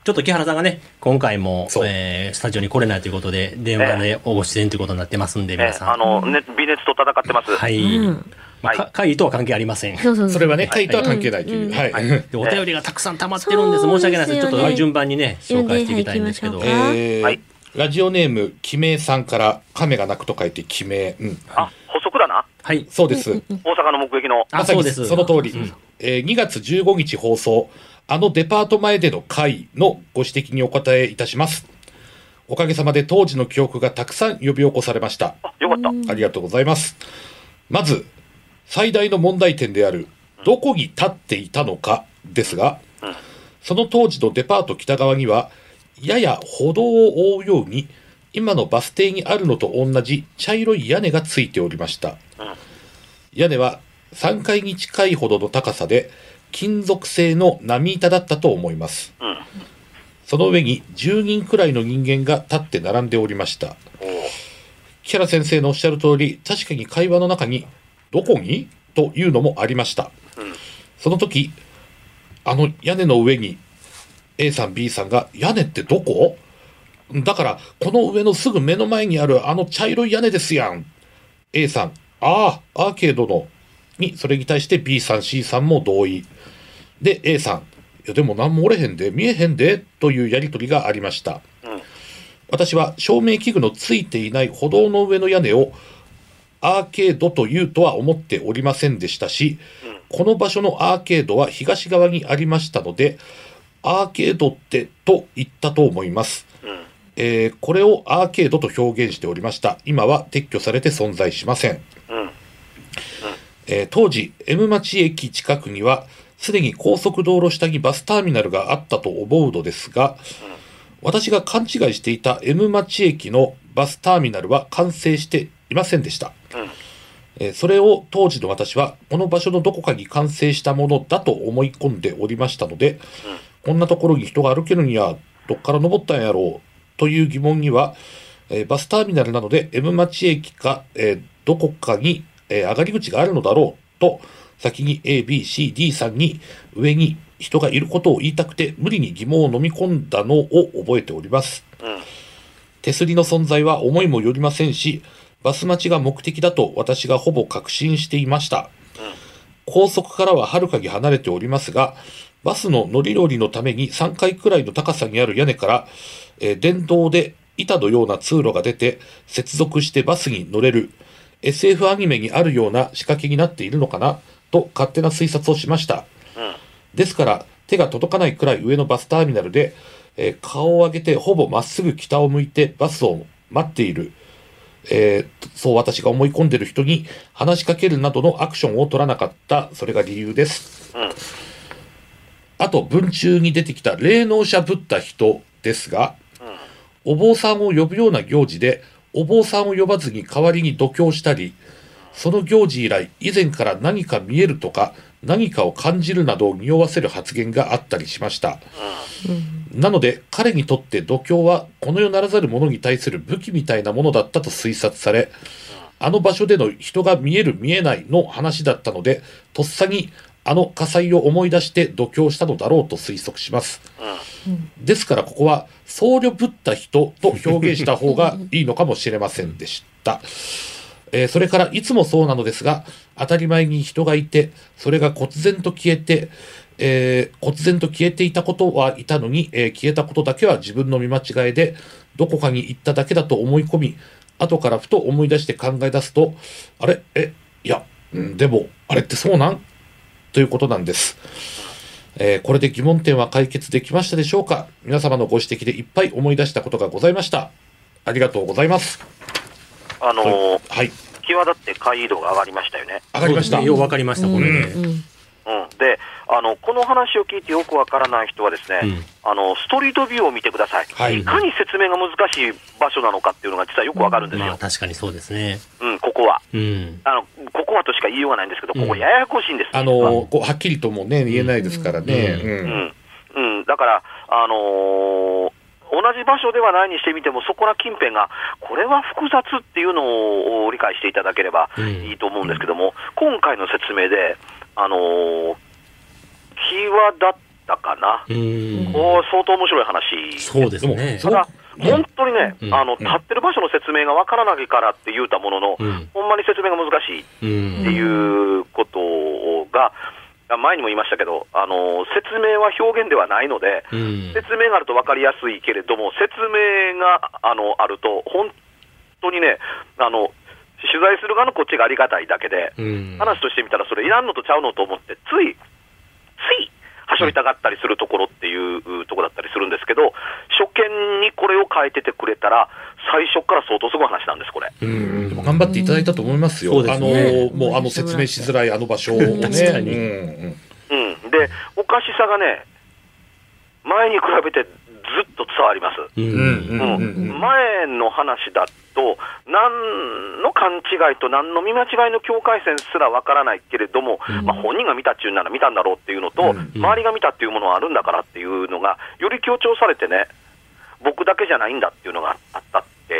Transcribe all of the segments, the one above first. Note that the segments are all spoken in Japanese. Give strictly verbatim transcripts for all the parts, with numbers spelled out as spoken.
ちょっと木原さんがね、今回も、えー、スタジオに来れないということで、電話でご出演ということになってますんで、皆さん。 えー、あの、ね、微熱と戦ってます。 はい。うんまあ、会議とは関係ありません。 そうそうそうそれはね、会議とは関係ないという。はい。 はいはい、でお便りがたくさん溜まってるんです。申し訳ないです。ちょっと順番にね、紹介していきたいんですけど。 えーはい、ラジオネーム、きめいさんから、亀が鳴くと書いて、きめい。うん、 あ、補足だな。 はい。そうです。大阪の目撃の。 あ、そうです。その通り。うんえー、にがつじゅうごにち放送、あのデパート前での会のご指摘にお答えいたします。おかげさまで当時の記憶がたくさん呼び起こされました。 あ、よかった。 ありがとうございます。まず、最大の問題点である、どこに立っていたのかですが、うん、その当時のデパート北側には、やや歩道を覆うように、今のバス停にあるのと同じ茶色い屋根がついておりました。うん、屋根はさんがいに近いほどの高さで、金属製の波板だったと思います。うん、その上にじゅうにんくらいの人間が立って並んでおりました。木原先生のおっしゃる通り、確かに会話の中に、どこにというのもありました。うん、その時、あの屋根の上に A さん B さんが屋根ってどこ？だからこの上のすぐ目の前にあるあの茶色い屋根ですやん。A さん、ああ、アーケードのにそれに対して B さん C さんも同意。で A さん、いやでも何もおれへんで見えへんでというやり取りがありました。うん、私は照明器具のついていない歩道の上の屋根をアーケードというとは思っておりませんでしたし、うん、この場所のアーケードは東側にありましたので、アーケードってと言ったと思います。うんえー、これをアーケードと表現しておりました。今は撤去されて存在しません。うんうんえー、当時、M 町駅近くには、すでに高速道路下にバスターミナルがあったと思うのですが、うん、私が勘違いしていた M 町駅のバスターミナルは完成していませんでした。うんえー、それを当時の私はこの場所のどこかに完成したものだと思い込んでおりましたので、うん、こんなところに人が歩けるにはどっから登ったんやろうという疑問には、えー、バスターミナルなので M 町駅か、えー、どこかに、えー、上がり口があるのだろうと先に A、B、C、D さんに上に人がいることを言いたくて無理に疑問を飲み込んだのを覚えております。うん、手すりの存在は思いもよりませんし、バス待ちが目的だと私がほぼ確信していました。うん、高速からははるかに離れておりますが、バスの乗り降りのためにさんかいくらいの高さにある屋根から、えー、電動で板のような通路が出て接続してバスに乗れる エスエフ アニメにあるような仕掛けになっているのかなと勝手な推察をしました。うん、ですから手が届かないくらい上のバスターミナルで、えー、顔を上げてほぼまっすぐ北を向いてバスを待っている、えー、そう私が思い込んでいる人に話しかけるなどのアクションを取らなかった、それが理由です。うん、あと文中に出てきた霊能者ぶった人ですが、うん、お坊さんを呼ぶような行事でお坊さんを呼ばずに代わりに度胸したり、その行事以来以前から何か見えるとか何かを感じるなどを匂わせる発言があったりしました。うん、なので彼にとって度胸はこの世ならざる者に対する武器みたいなものだったと推察され、あの場所での人が見える見えないの話だったので、とっさにあの火災を思い出して度胸したのだろうと推測します。うん、ですからここは僧侶ぶった人と表現した方がいいのかもしれませんでした。えー、それからいつもそうなのですが、当たり前に人がいて、それが忽然と消えて、えー、忽然と消えていたことはいたのに、えー、消えたことだけは自分の見間違いで、どこかに行っただけだと思い込み、後からふと思い出して考え出すと、あれえ、いや、んでも、あれってそうなんということなんです。えー、これで疑問点は解決できましたでしょうか。皆様のご指摘でいっぱい思い出したことがございました。ありがとうございます。 あのー、はい。際立って解異度が上がりましたよね。 上がりました。 よう分かりました、これね。うんうん、で、あの、この話を聞いてよくわからない人はですね、うん、あの、ストリートビューを見てください。はい、いかに説明が難しい場所なのかっていうのが実はよくわかるんですよ。 まあ、確かにそうですね。 うん、ここは。うん、あの、ここはとしか言いようがないんですけど、ここややこしいんです。 うん、あの、こうはっきりともね、言えないですからね。 うん。うん。うん、だから、あのー、同じ場所ではないにしてみても、そこら近辺が、これは複雑っていうのを理解していただければいいと思うんですけども、うん、今回の説明で、あのー、際立ったかな。 うん。 こう相当面白い話。 そうですね。 ただ、本当にね、 うん、 あの、立ってる場所の説明がわからないからって言うたものの、うん、ほんまに説明が難しいっていうことが、前にも言いましたけど、あの説明は表現ではないので、うん、説明があると分かりやすいけれども、説明が あ, のあると、本当にね、あの取材する側のこっちがありがたいだけで、うん、話としてみたら、それいらんのとちゃうのと思って、つい、つい、はしょりたがったりするところっていうところだったりするんですけど、初見にこれを変えててくれたら、最初から相当すごい話なんです、これ。 うん、でも頑張っていただいたと思いますよ。 そうですね、 あのもうあの説明しづらいあの場所をね。 確かに、 うんうん、で、おかしさがね、前に比べてずっと伝わります。うんうん、前の話だと、何の勘違いと何の見間違いの境界線すらわからないけれども、うん、まあ、本人が見たっていうなら見たんだろうっていうのと、うんうん、周りが見たっていうものはあるんだからっていうのが、より強調されてね、僕だけじゃないんだっていうのがあったって、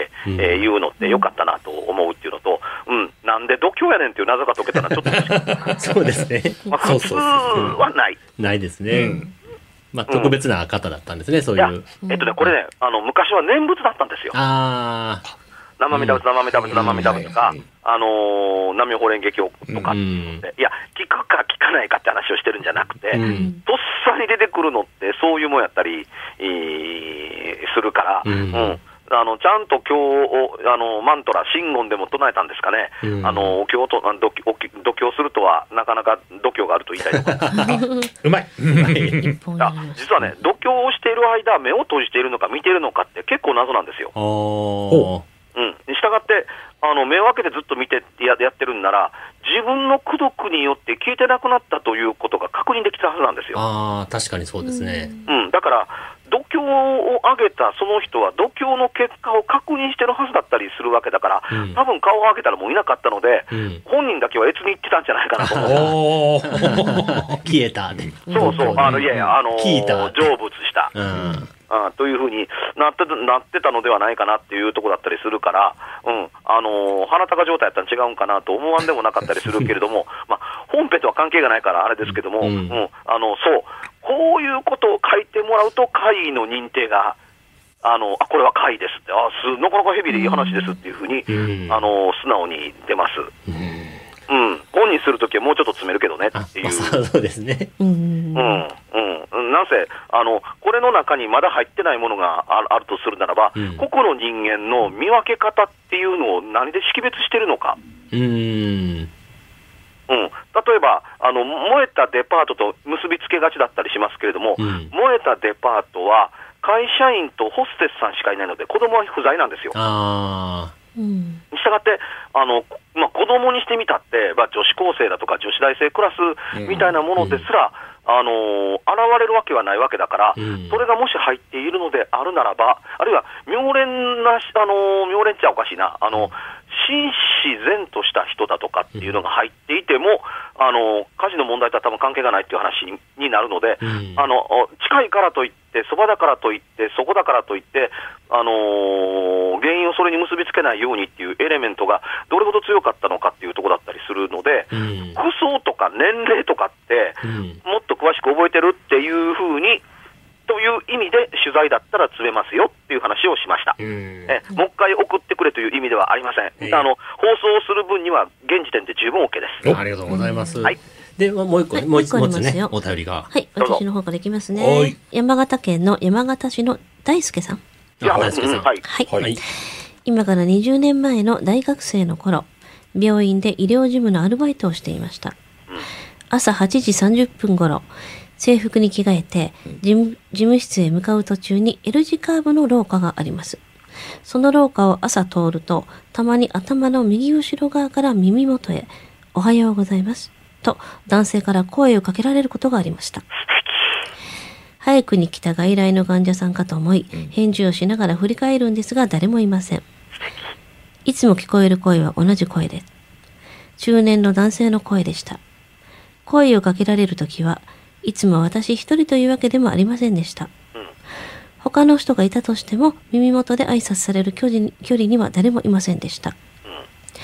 うん、えー、いうのってよかったなと思うっていうのと、うん、なんで度胸やねんっていう謎が解けたらちょっとそうですね。 まあ、普通はない。 ないですね。うん、まあ、特別な方だったんですね、うん、そういう。 えっとね、これね、あの昔は念仏だったんですよ。 ああ。 生身食べ生身食べ生身食べとか、あのー、南無法蓮華経とかって、うん、いや、聞くか聞かないかって話をしてるんじゃなくて、うん、とっさに出てくるのってそういうもんやったり、えー、するから、うんうん、あのちゃんと経をあのマントラ、真言でも唱えたんですかね、うん、あのお経と度胸するとはなかなか度胸があると言いたいとかうまい実はね、度胸をしている間、目を閉じているのか見ているのかって結構謎なんですよ。 おうん、に従ってあの目を開けてずっと見て や, やってるんなら、自分の功徳によって消えてなくなったということが確認できたはずなんですよ。 ああ、確かにそうですね。 うん、だから度胸を上げたその人は度胸の結果を確認してるはずだったりするわけだから、うん、多分顔を上げたらもういなかったので、うん、本人だけは越に行ってたんじゃないかなと思う。 消えたね。 そうそう、あのいやいや、あのー、 聞いた成仏した、 うんあというふうになってなってたのではないかなっていうところだったりするから、うん、あのー、鼻高状態だったら違うんかなと思わんでもなかったりするけれども、まあ、本編とは関係がないからあれですけども、うんうん、あのそうこういうことを書いてもらうと怪異の認定が、あのあこれは怪異ですって、あすなかなかヘビーでいい話ですっていうふうに、うん、あの素直に出ます。うんうん、本にするときはもうちょっと詰めるけどねっていう。 そうですね。 うん、うん、なんせあのこれの中にまだ入ってないものがある、あるとするならば、うん、個々の人間の見分け方っていうのを何で識別してるのか。 うーん、 うん、例えばあの燃えたデパートと結びつけがちだったりしますけれども、うん、燃えたデパートは会社員とホステスさんしかいないので子供は不在なんですよ。 あうん、に従ってあの、まあ、子供にしてみたって、まあ、女子高生だとか女子大生クラスみたいなものですら、うんうん、あの現れるわけはないわけだから、うん、それがもし入っているのであるならば、あるいは妙蓮な、あの妙蓮っちゃおかしいな、あの真自然とした人だとかっていうのが入っていても、うん、あの火事の問題とは多分関係がないっていう話 に, になるので、うん、あの近いからといってそばだからといってそこだからといって、あのー、原因をそれに結びつけないようにっていうエレメントがどれほど強かったのかっていうところだったりするので、うん、服装とか年齢とかって、うん、もっと詳しく覚えてるっていうふうにという意味で取材だったら詰めますよっていう話をしました。えもう一回送ってくれという意味ではありません。あの放送する分には現時点で十分 OK です。 ありがとうございます。 はい、 でもう一個、はい、もう一個つね、お便りが。 はい、私の方からいきますね。山形県の山形市の大輔さん。 大輔さん。はい。 はい。はい、今からにじゅうねんまえの大学生の頃、病院で医療事務のアルバイトをしていました。うん、朝はちじさんじゅっぷん頃、制服に着替えて事務、事務室へ向かう途中に L 字カーブの廊下があります。その廊下を朝通ると、たまに頭の右後ろ側から耳元へ、おはようございます。と男性から声をかけられることがありました。早くに来た外来の患者さんかと思い、返事をしながら振り返るんですが誰もいません。いつも聞こえる声は同じ声で、中年の男性の声でした。声をかけられるときはいつも私一人というわけでもありませんでした。他の人がいたとしても耳元で挨拶される距離に、距離には誰もいませんでした。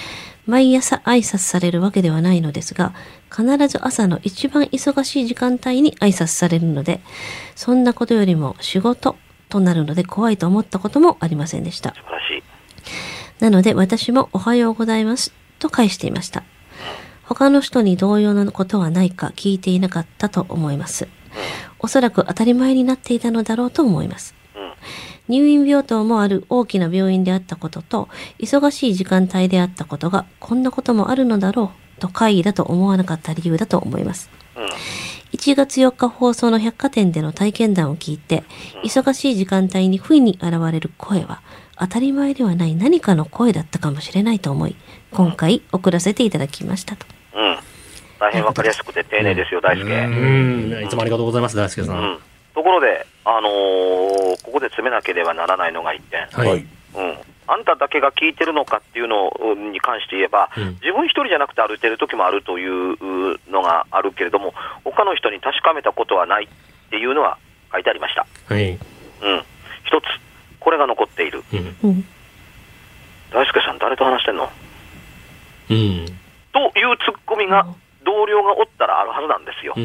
毎朝挨拶されるわけではないのですが、必ず朝の一番忙しい時間帯に挨拶されるので、そんなことよりも仕事となるので怖いと思ったこともありませんでした。 素晴らしい。 なので私もおはようございますと返していました。他の人に同様のことはないか聞いていなかったと思います。おそらく当たり前になっていたのだろうと思います。入院病棟もある大きな病院であったことと、忙しい時間帯であったことが、こんなこともあるのだろうと怪異だと思わなかった理由だと思います。いちがつよっか放送の百貨店での体験談を聞いて、忙しい時間帯に不意に現れる声は、当たり前ではない何かの声だったかもしれないと思い、今回送らせていただきましたと。 うん。大変わかりやすくて丁寧ですよ、大輔。 うん。いつもありがとうございます、大輔さん。うん。 ところで、あのー、ここで詰めなければならないのが一点。 はい。 うん。あんただけが聞いてるのかっていうのに関して言えば、うん、自分一人じゃなくて歩いてる時もあるというのがあるけれども、他の人に確かめたことはないっていうのは書いてありました。 はい。 うん。一つ、これが残っている。うん。大輔さん、誰と話してんの？ うん。 というツッコミが、同僚がおったらあるはずなんですよ。うん。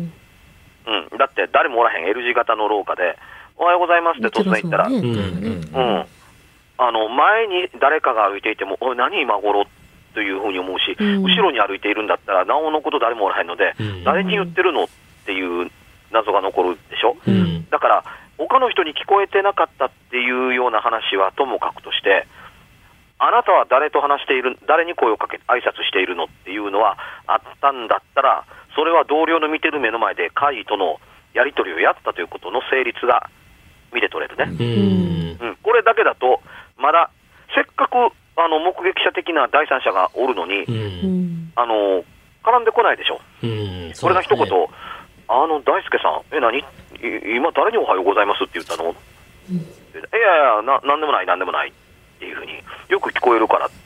うん。だって、誰もおらへん L 字型の廊下で、おはようございますって突然言ったら、うん。うん。あの、前に誰かが歩いていても、おい、何今頃というふうに思うし、うん、後ろに歩いているんだったら、なおのこと誰もおらへんので、うん、誰に言ってるのっていう謎が残るでしょ。うん、だから、他の人に聞こえてなかったっていうような話はともかくとして、あなたは誰と話している、誰に声をかけ、挨拶しているのっていうのはあったんだったら、それは同僚の見てる目の前で会議とのやり取りをやったということの成立が見て取れるね。うんうん、これだけだと、まだせっかくあの目撃者的な第三者がおるのに、うん、あの絡んでこないでしょ。うん、これが一言、ね、あの大輔さん、え、何、今、誰におはようございますって言ったの、うん、いやいやな、なんでもない、なんでもないっていうふうに、よく聞こえるからって、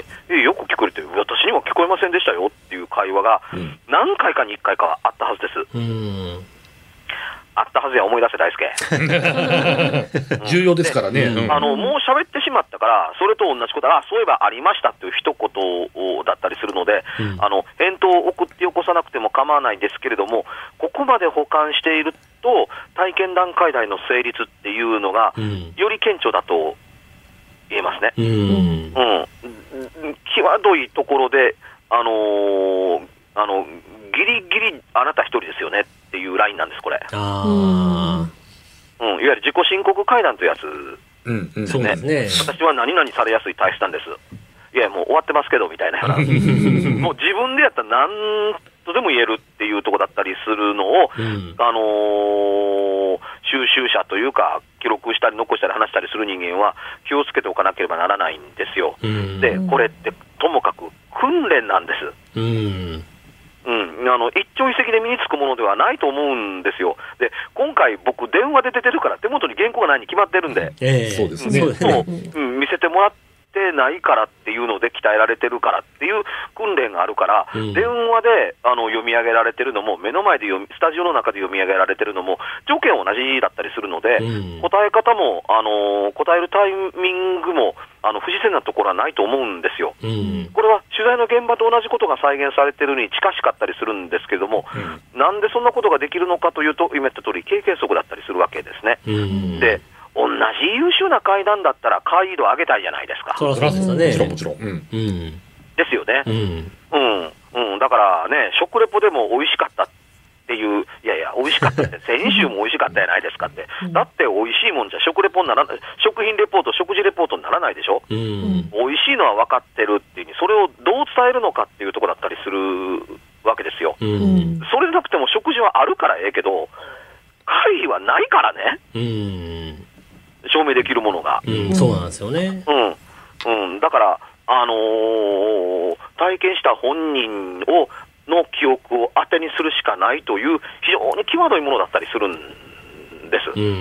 え、よく聞こえるって、私には聞こえませんでしたよっていう会話が、何回かにいっかいかはあったはずです。うんあったはずや、思い出せ、大輔。重要ですからね。 うん、あのもう喋ってしまったから、それと同じこと、あ、そういえばありましたという一言だったりするので、うん、あの返答を送って起こさなくても構わないですけれども、ここまで保管していると、体験談会談の成立っていうのが、うん、より顕著だと言えますね。うんうん、際どいところで、あのー、あのギリギリあなた一人ですよねっていうラインなんです、これ。あ、うん、いわゆる自己申告会談というやつですね。うんうん、私は何々されやすい体質なんです。いや、もう終わってますけどみたいなもう自分でやったら何とでも言えるっていうところだったりするのを、うん、あのー、収集者というか、記録したり残したり話したりする人間は気をつけておかなければならないんですよ。うん、で、これってともかく訓練なんです。うんうん、あの一朝一夕で身につくものではないと思うんですよ。で、今回僕電話で出てるから手元に原稿がないに決まってるんで、 えー、そうですね、 うん、見せてもらってないからっていうので鍛えられてるからっていう訓練があるから、うん、電話であの読み上げられてるのも目の前で読みスタジオの中で読み上げられてるのも条件同じだったりするので、うん、答え方も、あのー、答えるタイミングもあの不自然なところはないと思うんですよ。うん、これは取材の現場と同じことが再現されているに近しかったりするんですけれども、うん、なんでそんなことができるのかというと、今言った通り経験則だったりするわけですね。うん、で、同じ優秀な会談だったら会議度上げたいじゃないですか。 そうですね。 もちろんもちろん。うん、 ですよね。うんうんうん、だからね、食レポでも美味しかったっていう、いやいや、美味しかったって、先週も美味しかったじゃないですかって、だって美味しいもんじゃ食レポにならない、食品レポート、食事レポートにならないでしょ、うん、美味しいのは分かってるっていうに、それをどう伝えるのかっていうところだったりするわけですよ。うん、それでなくても食事はあるからええけど、会議はないからね、うん、証明できるものが。 うん、そうなんですよね。 うんうん、だから、あのー、体験した本人をの記憶を当てにするしかないという非常に際どいものだったりするんです。うんうん、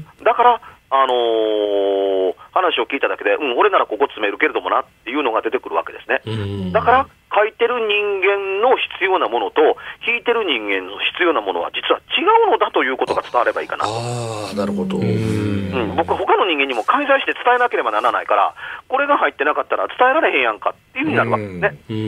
だから、あのー、話を聞いただけで、うん、俺ならここ詰めるけれどもなっていうのが出てくるわけですね。だから書いてる人間の必要なものと、弾いてる人間の必要なものは実は違うのだということが伝わればいいかな。 ああ、なるほど。 うん、僕は他の人間にも介在して伝えなければならないから、これが入ってなかったら伝えられへんやんかっていうふうになるわけですね。うん、うん、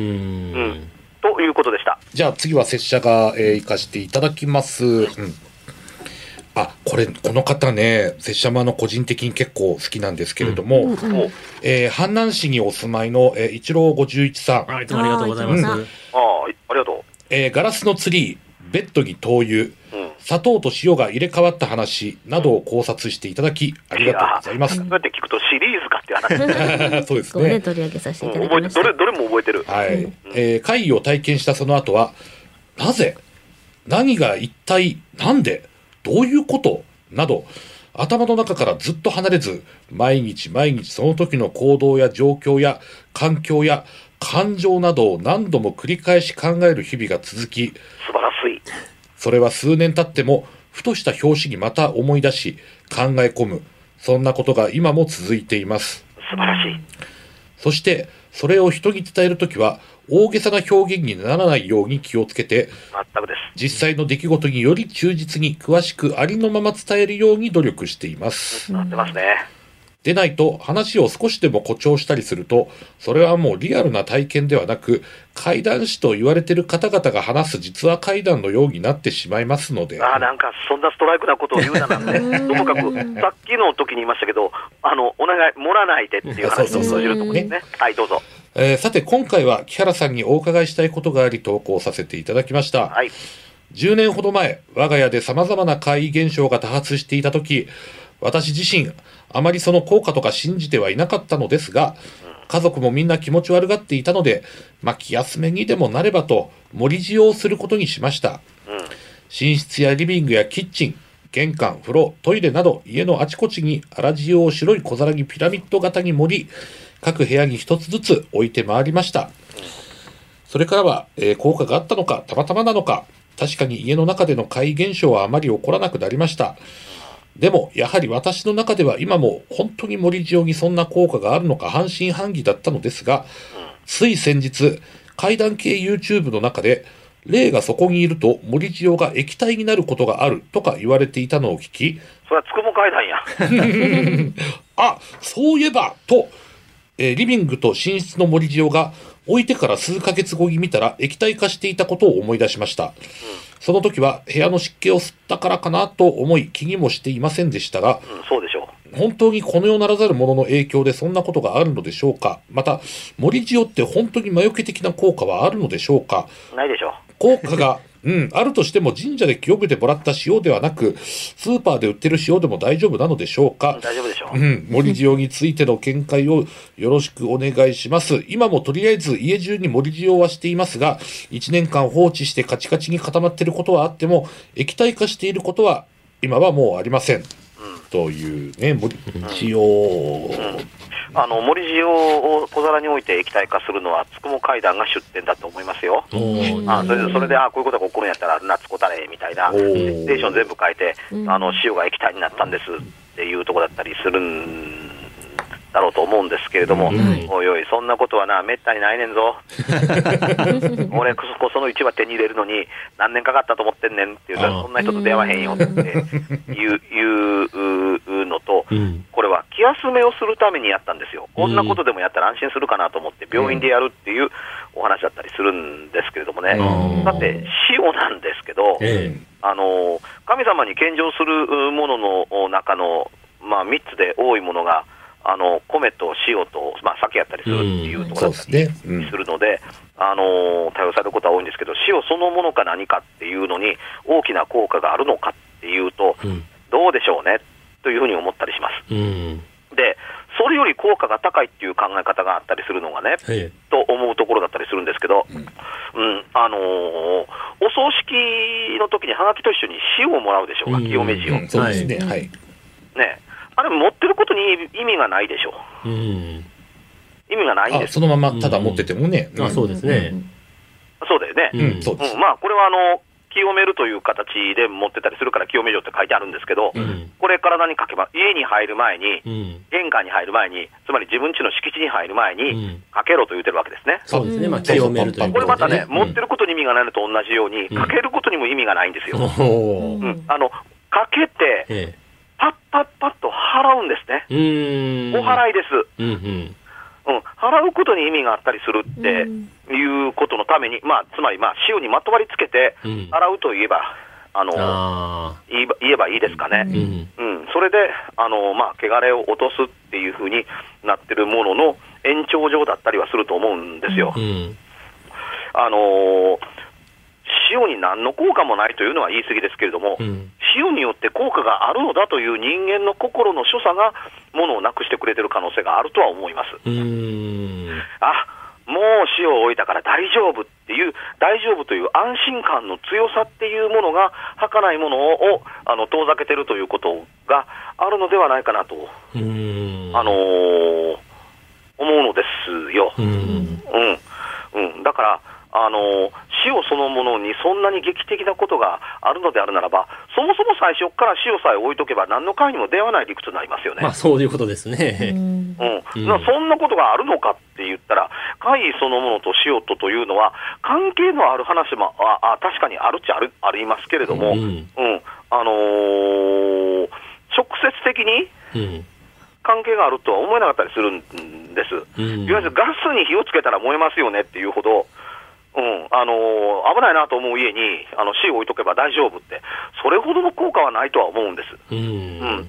ということでした。 じゃあ次は拙者が、えー、行かせていただきます。うん、あ、これこの方ね、拙者もあの個人的に結構好きなんですけれども、うん、えー、阪南市にお住まいの、えー、一郎ごじゅういちさん、 あ、いつもありがとうございます。うん、ああ、ありがとう。 えー、ガラスのツリー、ベッドに灯油、うん、砂糖と塩が入れ替わった話などを考察していただきありがとうございます。 そうやって聞くとシリーズかって話そうですね。 取り上げさせていただきました。 どれどれも覚えてる。 はい。うん、えー、会議を体験したその後は、なぜ、何が一体、なんで、どういうことなど、頭の中からずっと離れず、毎日毎日その時の行動や状況や環境や感情などを何度も繰り返し考える日々が続き、 素晴らしい。 それは数年経っても、ふとした拍子にまた思い出し、考え込む。そんなことが今も続いています。 素晴らしい。 そして、それを人に伝えるときは、大げさな表現にならないように気をつけて、 全くです。 実際の出来事により忠実に詳しくありのまま伝えるように努力しています。 なってますね。 でないと話を少しでも誇張したりすると、それはもうリアルな体験ではなく、怪談師と言われている方々が話す実話怪談のようになってしまいますので。 ああ、なんかそんなストライクなことを言うななんて、ともかくさっきの時に言いましたけど、あのお願い盛らないでっていう話と通じると思うんですね。はい、どうぞ。 えー、さて今回は木原さんにお伺いしたいことがあり投稿させていただきました。 はい、 じゅうねんほど前、我が家で様々な怪異現象が多発していた時、私自身あまりその効果とか信じてはいなかったのですが、家族もみんな気持ち悪がっていたので、まあ気休めにでもなればと盛り塩をすることにしました。うん、寝室やリビングやキッチン、玄関、風呂、トイレなど家のあちこちに粗塩を白い小皿にピラミッド型に盛り、各部屋に一つずつ置いて回りました。それからは、えー、効果があったのかたまたまなのか、確かに家の中での怪異現象はあまり起こらなくなりました。でもやはり私の中では今も本当に盛り塩にそんな効果があるのか半信半疑だったのですが、つい先日怪談系 YouTube の中で霊がそこにいると盛り塩が液体になることがあるとか言われていたのを聞き、 それはつくも怪談やあ、そういえばと、えー、リビングと寝室の盛り塩が置いてから数ヶ月後に見たら液体化していたことを思い出しました。うん、その時は部屋の湿気を吸ったからかなと思い気にもしていませんでしたが、 うん、そうでしょう。 本当にこの世ならざるものの影響でそんなことがあるのでしょうか。また盛り塩って本当に魔除け的な効果はあるのでしょうか。 ないでしょう。 効果がうん、あるとしても神社で清めてもらった塩ではなくスーパーで売ってる塩でも大丈夫なのでしょうか。 大丈夫でしょう。 うん、盛り塩についての見解をよろしくお願いします。今もとりあえず家中に盛り塩はしていますが、いちねんかん放置してカチカチに固まっていることはあっても液体化していることは今はもうありません、うん、というね、盛り塩、うんうん、 あの盛り塩を小皿に置いて液体化するのはつくも怪談が出典だと思いますよ。あそれでそれであこういうことが起こるんやったら夏子たれみたいなステーション全部変えて、あの塩が液体になったんですっていうところだったりするんだろうと思うんですけれども、うん、おいおいそんなことはなめったにないねんぞ俺こそその市場手に入れるのに何年かかったと思ってんねんっていうそんな人と出会わへんよっていういうのと、うん、これは気休めをするためにやったんですよ。こんなことでもやったら安心するかなと思って病院でやるっていうお話だったりするんですけれどもね、うん、だって塩なんですけど、うん、あの神様に献上するものの中の、まあ、みっつで多いものがあの米と塩と、まあ、酒やったりするっていうところだったりするので、あの多用されることは多いんですけど、塩そのものか何かっていうのに大きな効果があるのかっていうと、うん、どうでしょうねというふうに思ったりします、うん、でそれより効果が高いっていう考え方があったりするのがね、と思うところだったりするんですけど、うんうん、あのー、お葬式の時にハガキと一緒に塩をもらうでしょうか、清め塩、うん、 そうですね、はい、 ね、あれ持ってることに意味がないでしょう、うん、意味がないんです。 あそのままただ持っててもね、 うん、あそうですね、 うん、そうだよね、 うんそうです、 うん、まあこれはあの清めるという形で持ってたりするから清め状って書いてあるんですけど、 うん、 これ体にかけば、家に入る前に、 うん、 玄関に入る前に、つまり自分家の敷地に入る前に、かけろと言ってるわけですね。 そうですね、まあ、清めるというこれまたね、 うん、 持ってることに意味がないのと同じように、かけることにも意味がないんですよ。 うんうん、あのかけて、 ええ、 パッパッパッと払うんですね。 うーん、 お払いです。 うんうんうん、払うことに意味があったりするっていうことのために、まあ、つまりまあ塩にまとわりつけて洗うといえば、あのあ言えば言えばいいですかね、 うんうん、それであの、まあ、汚れを落とすっていうふうになってるものの延長上だったりはすると思うんですよ。 うん、 あのー塩に何の効果もないというのは言い過ぎですけれども、うん、塩によって効果があるのだという人間の心の所作がものをなくしてくれてる可能性があるとは思います。 うーん、 あ、もう塩を置いたから大丈夫っていう、大丈夫という安心感の強さっていうものが儚いものをあの遠ざけてるということがあるのではないかなと、 うーん、 あのー、思うのですよ。 うん、 うんうん、だからあの塩そのものにそんなに劇的なことがあるのであるならば、そもそも最初から塩さえ置いとけば何の会にも出会わない理屈になりますよね。 まあそういうことですね。 うん、うん、そんなことがあるのかって言ったら、会そのものと塩とというのは関係のある話もああ確かにあるっちゃあるありますけれども、うん、うん、あのー、直接的に、うん、関係があるとは思えなかったりするんです、うん、いわゆるガスに火をつけたら燃えますよねっていうほど、うん、あのー、危ないなと思う家にあの塩を置いとけば大丈夫って、それほどの効果はないとは思うんです。うん、うん、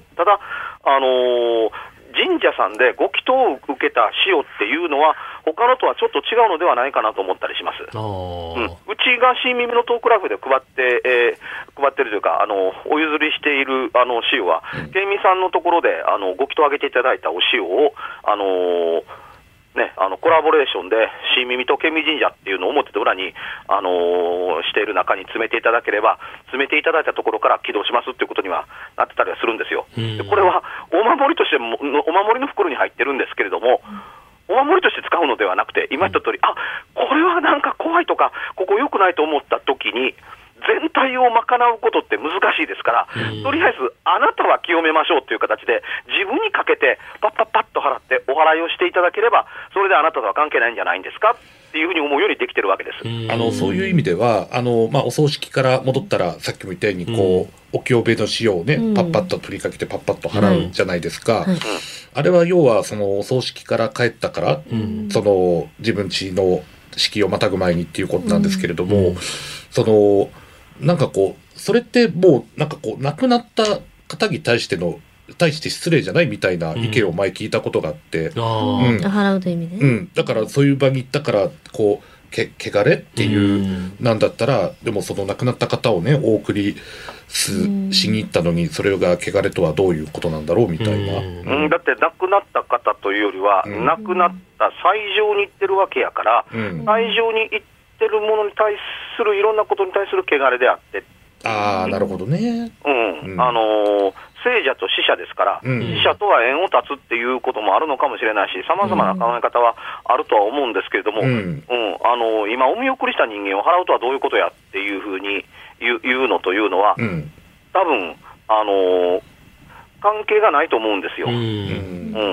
ただ、あのー、神社さんでご祈祷を受けた塩っていうのは、他のとはちょっと違うのではないかなと思ったりします。うん、うちが新耳のトークライフで配って、えー、配ってるというか、あのお譲りしているあの塩は、県民さんのところであのご祈祷をあげていただいたお塩を、あのーね、あのコラボレーションで新耳と県民神社っていうのを表と裏に、あのー、している中に詰めていただければ、詰めていただいたところから起動しますっていうことにはなってたりはするんですよ。でこれはお守りとしても、お守りの袋に入ってるんですけれども、お守りとして使うのではなくて、今言った通り、あ、これはなんか怖いとか、ここ良くないと思った時に全体を賄うことって難しいですから、とりあえずあなたは清めましょうという形で自分にかけてパッパッパッと払ってお祓いをしていただければ、それであなたとは関係ないんじゃないんですかっていうふうに思うようにできてるわけです。 あのそういう意味ではあの、まあ、お葬式から戻ったらさっきも言ったようにこう、お清めの塩をね、パッパッと取りかけてパッパッと払うじゃないですか、うん、あれは要はそのお葬式から帰ったから、うん、その自分家の式をまたぐ前にっていうことなんですけれども、うん、そのなんかこうそれってもうなんかこう亡くなった方に対しての対して失礼じゃないみたいな意見を前聞いたことがあって、うんうん、払うという意味で、ね、 うん、だからそういう場に行ったからこうけ汚れっていうなんだったら、でもその亡くなった方をねお送りすしに行ったのにそれが汚れとはどういうことなんだろうみたいな、 うん、だって亡くなった方というよりは、うん、亡くなった斎場に行ってるわけやから、うん、斎場に行ってるものに対するいろんなことに対する汚れであって、 ああなるほどね、 うんうん、あのー生者と死者ですから、うん、死者とは縁を断つっていうこともあるのかもしれないし、さまざまな考え方はあるとは思うんですけれども、うんうん、あの今、お見送りした人間を払うとはどういうことやっていうふうに言う、言うのというのは、うん、多分あのー、関係がないと思うんですよ。うんうん、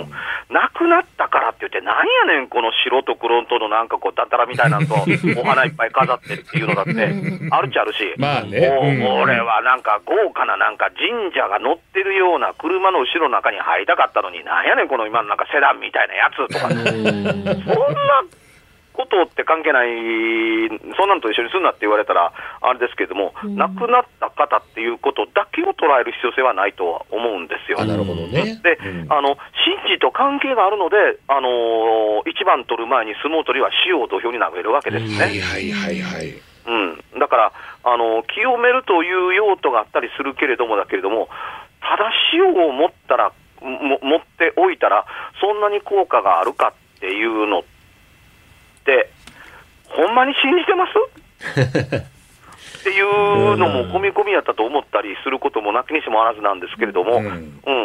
亡くなったからって言って、なんやねん、この白と黒とのなんかこう、だったらみたいなのと、お花いっぱい飾ってっていうのだって、あるっちゃあるし、 まあね、 もう俺はなんか豪華ななんか神社が乗ってるような車の後ろの中に入りたかったのに、なんやねん、この今のなんかセダンみたいなやつとか、ね、そんなことって関係ない、そんなのと一緒にするなって言われたらあれですけれども、うん、亡くなった方っていうことだけを捉える必要性はないとは思うんですよ。 あ、なるほどね。 で、うん、あの神事と関係があるので、あのー、一番取る前に相撲取りは塩を土俵に投げるわけですね。 はいはいはいはい。 うん、だから、あのー、清めるという用途があったりするけれどもだけれども、ただ塩を持ったらも持っておいたらそんなに効果があるかっていうのってでほんまに信じてますっていうのも込み込みやったと思ったりすることもなきにしもあらずなんですけれども、うんうん、ま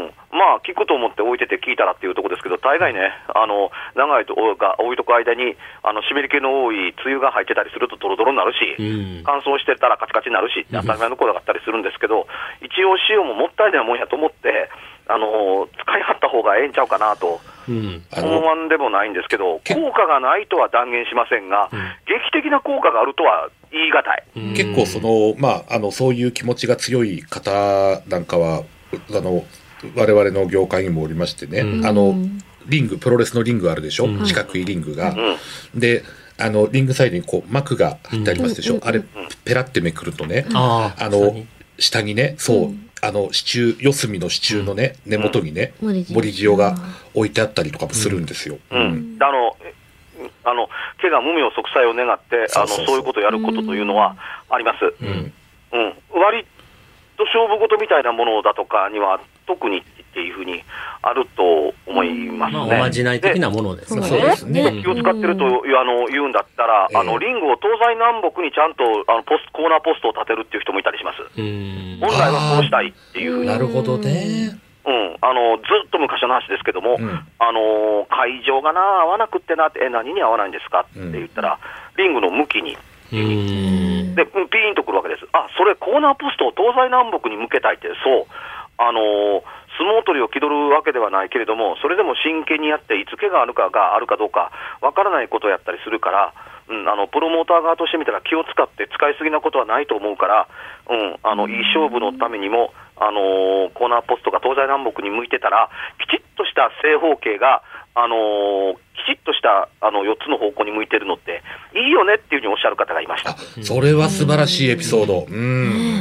まあ、聞くと思って置いてて聞いたらっていうところですけど、大概ね、あの長いとが置いとく間に、あの湿り気の多い梅雨が入ってたりするとドロドロになるし、うん、乾燥してたらカチカチになるし、当たり前のことがあったりするんですけど、一応、塩ももったいないもんやと思って、あの使いはった方がええんちゃうかなと、うん、思わんでもないんですけど、効果がないとは断言しませんが、うん、劇的な効果があるとは言い難い。 結構その、まあ、あのそういう気持ちが強い方なんかは、あの我々の業界にもおりましてね、うん、あのリング、プロレスのリングあるでしょ、うん、四角いリングが、うん、であのリングサイドにこう膜が貼ってありますでしょ、うん、あれペラってめくるとね、うん、あの下にね、そう、うん、あの支柱、四隅の支柱のね、根元にね、盛り塩が置いてあったりとかもするんですよ。 うんうん、あのあの怪我無病息災を願って、あのそういうことをやることというのはあります。うんうん、割と勝負事みたいなものだとかには特にっていうふうにあると思いますね。まあ、 おまじない的なものですね。 そうですね。気を使ってるとあの言うんだったら、えー、あのリングを東西南北にちゃんとあのポスコーナーポストを立てるっていう人もいたりします。うん本来はそうしたいっていうふうに。 なるほどね。 うん、あのずっと昔の話ですけども、うん、あの会場がな合わなくってなって、え何に合わないんですかって言ったら、うん、リングの向きに。うんでピーンとくるわけです。あ、それコーナーポストを東西南北に向けたいって、そう、あのー、相撲取りを気取るわけではないけれども、それでも真剣にやって、いつ怪があるかがあるかどうかわからないことをやったりするから、うん、あのプロモーター側としてみたら気を使って使いすぎなことはないと思うから、うん、あのいい勝負のためにも、あのー、コーナーポストが東西南北に向いてたら、きちっとした正方形が、あのー、きちっとしたあのよっつの方向に向いてるのっていいよねっていうふうにおっしゃる方がいました。 それは素晴らしいエピソード。うん、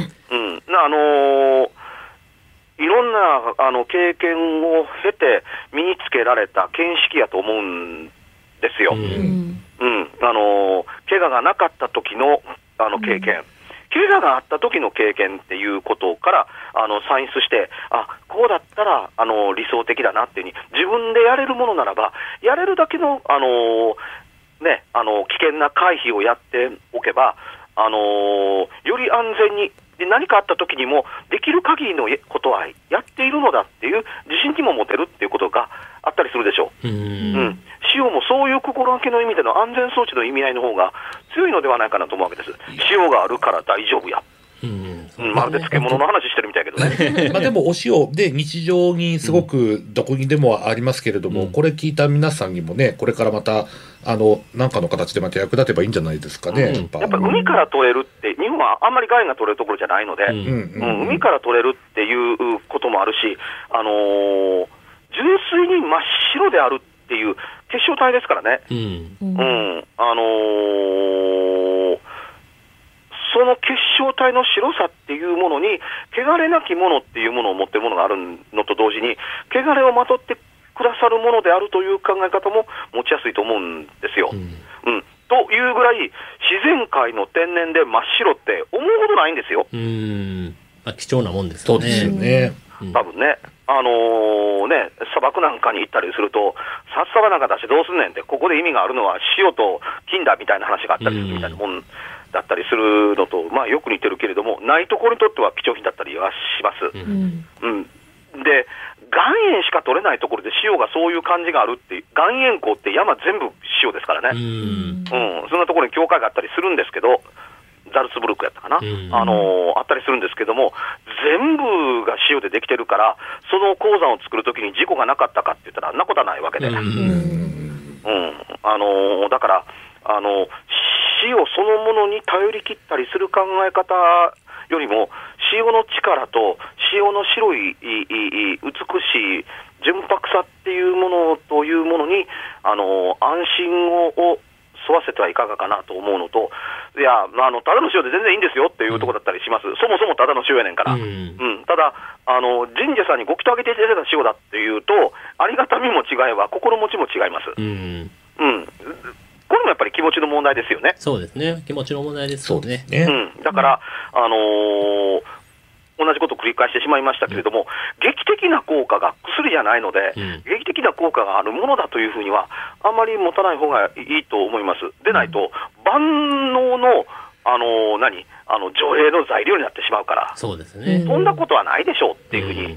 うん、あのー、いろんなあの経験を経て身につけられた見識やと思うんですよ。うん、うん、あのー、怪我がなかった時のあの経験、うん、怪我があった時の経験っていうことからあの算出して、あ、こうだったらあの理想的だなっていうふうに、自分でやれるものならばやれるだけの、あのーね、あの危険な回避をやっておけば、あのー、より安全にで何かあった時にもできる限りのことはやっているのだっていう自信にも持てるっていうことがあったりするでしょう。うん、うん、塩もそういう心がけの意味での安全装置の意味合いの方が強いのではないかなと思うわけです。塩があるから大丈夫や。うんうん、まるで漬物の話してるみたいけどね。 まあでもお塩で日常にすごくどこにでもありますけれども、うん、これ聞いた皆さんにもね、これからまたあの何かの形でまた役立てばいいんじゃないですかね。うん、 やっぱやっぱ海から取れるって、日本はあんまり貝が取れるところじゃないので、うんうんうん、海から取れるっていうこともあるし、あのー、純粋に真っ白であるっていう結晶体ですからね。うんうん、あのーその結晶体の白さっていうものに汚れなきものっていうものを持っているものがあるのと同時に、汚れをまとってくださるものであるという考え方も持ちやすいと思うんですよ。うんうん、というぐらい自然界の天然で真っ白って思うほどないんですよ。 うーん、まあ、貴重なもんですよね。 そうですよね。 多分ね、あのー、ね、砂漠なんかに行ったりすると、札束なんか出してどうすんねんって、ここで意味があるのは塩と金だみたいな話があったりするみたいなもんだったりするのと、まあ、よく似てるけれども、ないところにとっては貴重品だったりはします。うんうん、で、岩塩しか取れないところで塩がそういう感じがあるって、岩塩港って山全部塩ですからね。うん、うん、そんなところに境界があったりするんですけど、ザルツブルクやったかな、うん、あのー、あったりするんですけども、全部が塩でできてるから、その鉱山を作るときに事故がなかったかって言ったら、あんなことはないわけで、うん、うん、あのー、だから、あの塩そのものに頼り切ったりする考え方よりも、塩の力と塩の白い美しい純白さっていうものというものに、あの安心をを沿わせてはいかがかなと思うのと、いや、あのただの塩で全然いいんですよっていうところだったりします。うん、そもそもただの塩やねんから。うん、うん、ただあの神社さんにご祈祷あげていただいた塩だっていうと、ありがたみも違えば心持ちも違います。うん、うんこれもやっぱり気持ちの問題ですよね。 そうですね。気持ちの問題ですよね。 うん、だから、あのー、同じことを繰り返してしまいましたけれども、うん、劇的な効果が薬じゃないので、うん、劇的な効果があるものだというふうにはあんまり持たない方がいいと思います。でないと、万能の、あのー、何あの除霊の材料になってしまうから、 そうですね。 そんなことはないでしょうっていうふうに、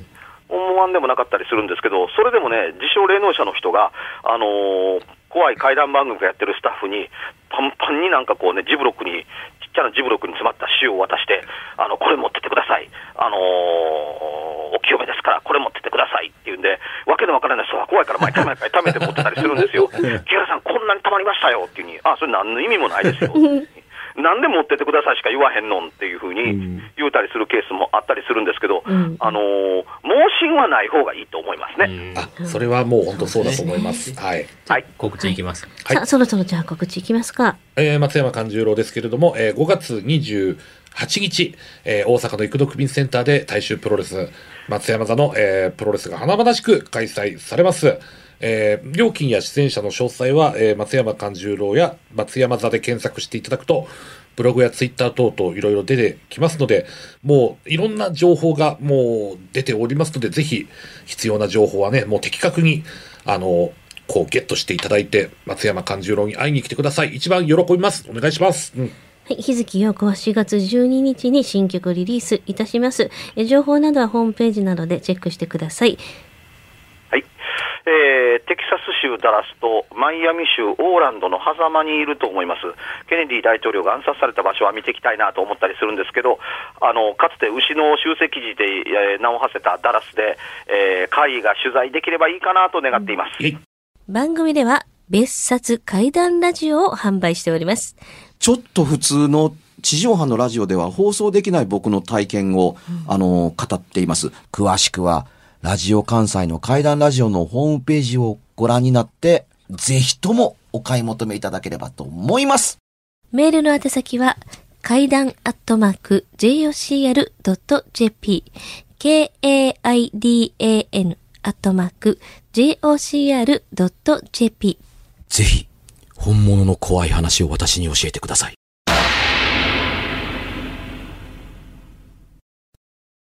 思わんでもなかったりするんですけど、それでもね、自称霊能者の人が、あのー、怖い怪談番組をやってるスタッフに、パンパンになんかこうね、ジブロックに、ちっちゃなジブロックに詰まった塩を渡して、あの、これ持ってってください。あのー、お清めですから、これ持ってってくださいって言うんで、わけのわからない人は怖いから毎回毎回貯めて持ってたりするんですよ。木原さん、こんなに溜まりましたよっていうに、あ、それ何の意味もないですよ。なんで持ってってくださいしか言わへんのんっていうふうに言うたりするケースもあったりするんですけど、うん、あのー、盲信はない方がいいと思いますね。 うん、あ、それはもう本当そうだと思います。はい。 はい。告知いきます。 はい、さあ、そろそろじゃあ告知いきますか。 えー、松山勘十郎ですけれども、えー、ごがつにじゅうはちにち、えー、大阪の幾度区民センターで大衆プロレス松山座の、えー、プロレスが華々しく開催されます。えー、料金や出演者の詳細は、えー、松山勘十郎や松山座で検索していただくと、ブログやツイッター等々いろいろ出てきますので、もういろんな情報がもう出ておりますので、ぜひ必要な情報はね、もう的確に、あの、こうゲットしていただいて、松山勘十郎に会いに来てください。一番喜びます。お願いします。うん、 はい、日月陽子はしがつじゅうににちに新曲リリースいたします。え情報などはホームページなどでチェックしてください。 はい。えー、テキサス州ダラスとマイアミ州オーランドの狭間にいると思います。ケネディ大統領が暗殺された場所は見ていきたいなと思ったりするんですけど、あのかつて牛の集積地で、えー、名を馳せたダラスで、えー、会議が取材できればいいかなと願っています。うん、 番組では別冊怪談ラジオを販売しております。 ちょっと普通の地上波のラジオでは放送できない僕の体験を、うん、あの語っています。詳しくはラジオ関西の怪談ラジオのホームページをご覧になって、ぜひともお買い求めいただければと思います。 メールの宛先は、怪談アットマーク ジェイオーシーアールドットジェーピー、ケーエーアイディーエーエヌ アットマーク ジェイオーシーアールドットジェーピー。 ぜひ、本物の怖い話を私に教えてください。